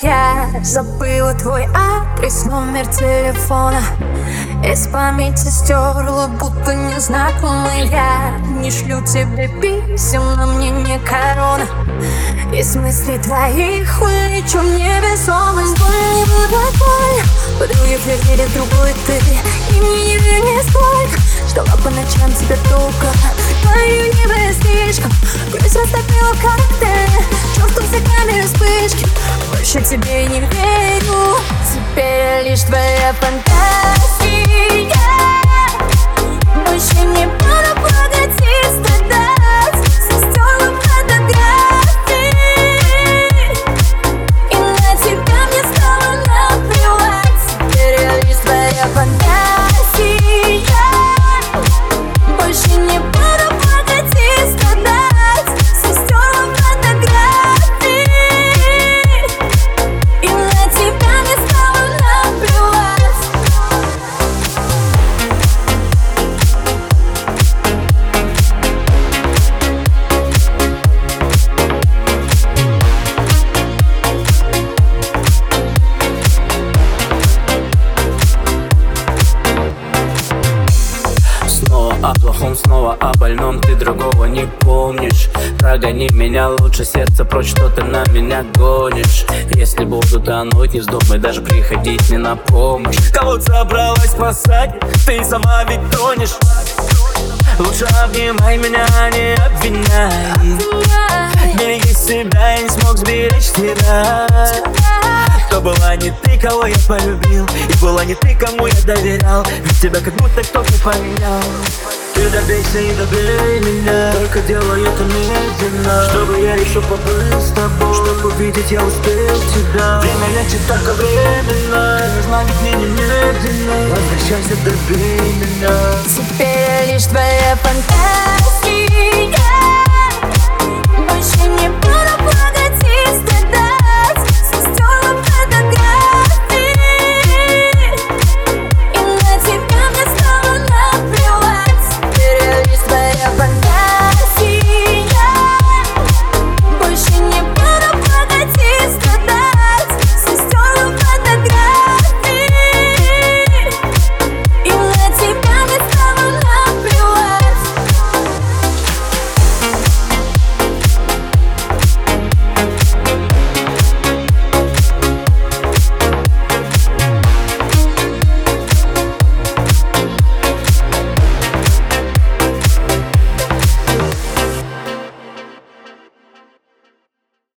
Я забыла твой адрес, номер телефона. Из памяти стерла, будто незнакомый. Я не шлю тебе писем, на мне не корона. Из мыслей твоих улечу в невесомость. Больно не будет больно, подруги флиртели с другой ты. И мне не верь нисколько, ждала по ночам тебя долго. Твою не слишком, грусть растопила коктейль. Чувствую камеры вспышки, больше тебе не верю. Теперь лишь твоя фантазия. Больше не буду плакать и страдать. Стерла фотографии, и на тебя мне стало наплевать. Теперь лишь твоя фантазия. Больше не буду плакать и страдать. Стерла фотографии, и на тебя мне стало наплевать. Снова о плохом, снова о больном, ты другого не помнишь. Прогони меня лучше, сердце прочь, что ты на меня гонишь. Если буду тонуть, не вздумай даже приходить мне на помощь. Кого собралась спасать, ты сама ведь тонешь. Лучше обнимай меня, не обвиняй. Береги себя, я не смог сберечь тебя. То была не ты, кого я полюбил, и была не ты, кому я доверял. Ведь тебя как будто кто-то поменял. Ты добейся и добей меня, только делай это медленно, чтобы я еще побыл с тобой, чтобы увидеть я успел тебя. Время лечит только временно, нужна ведь мне немедленно. Возвращайся, добей меня. Теперь лишь твоя фантазия. Больше не буду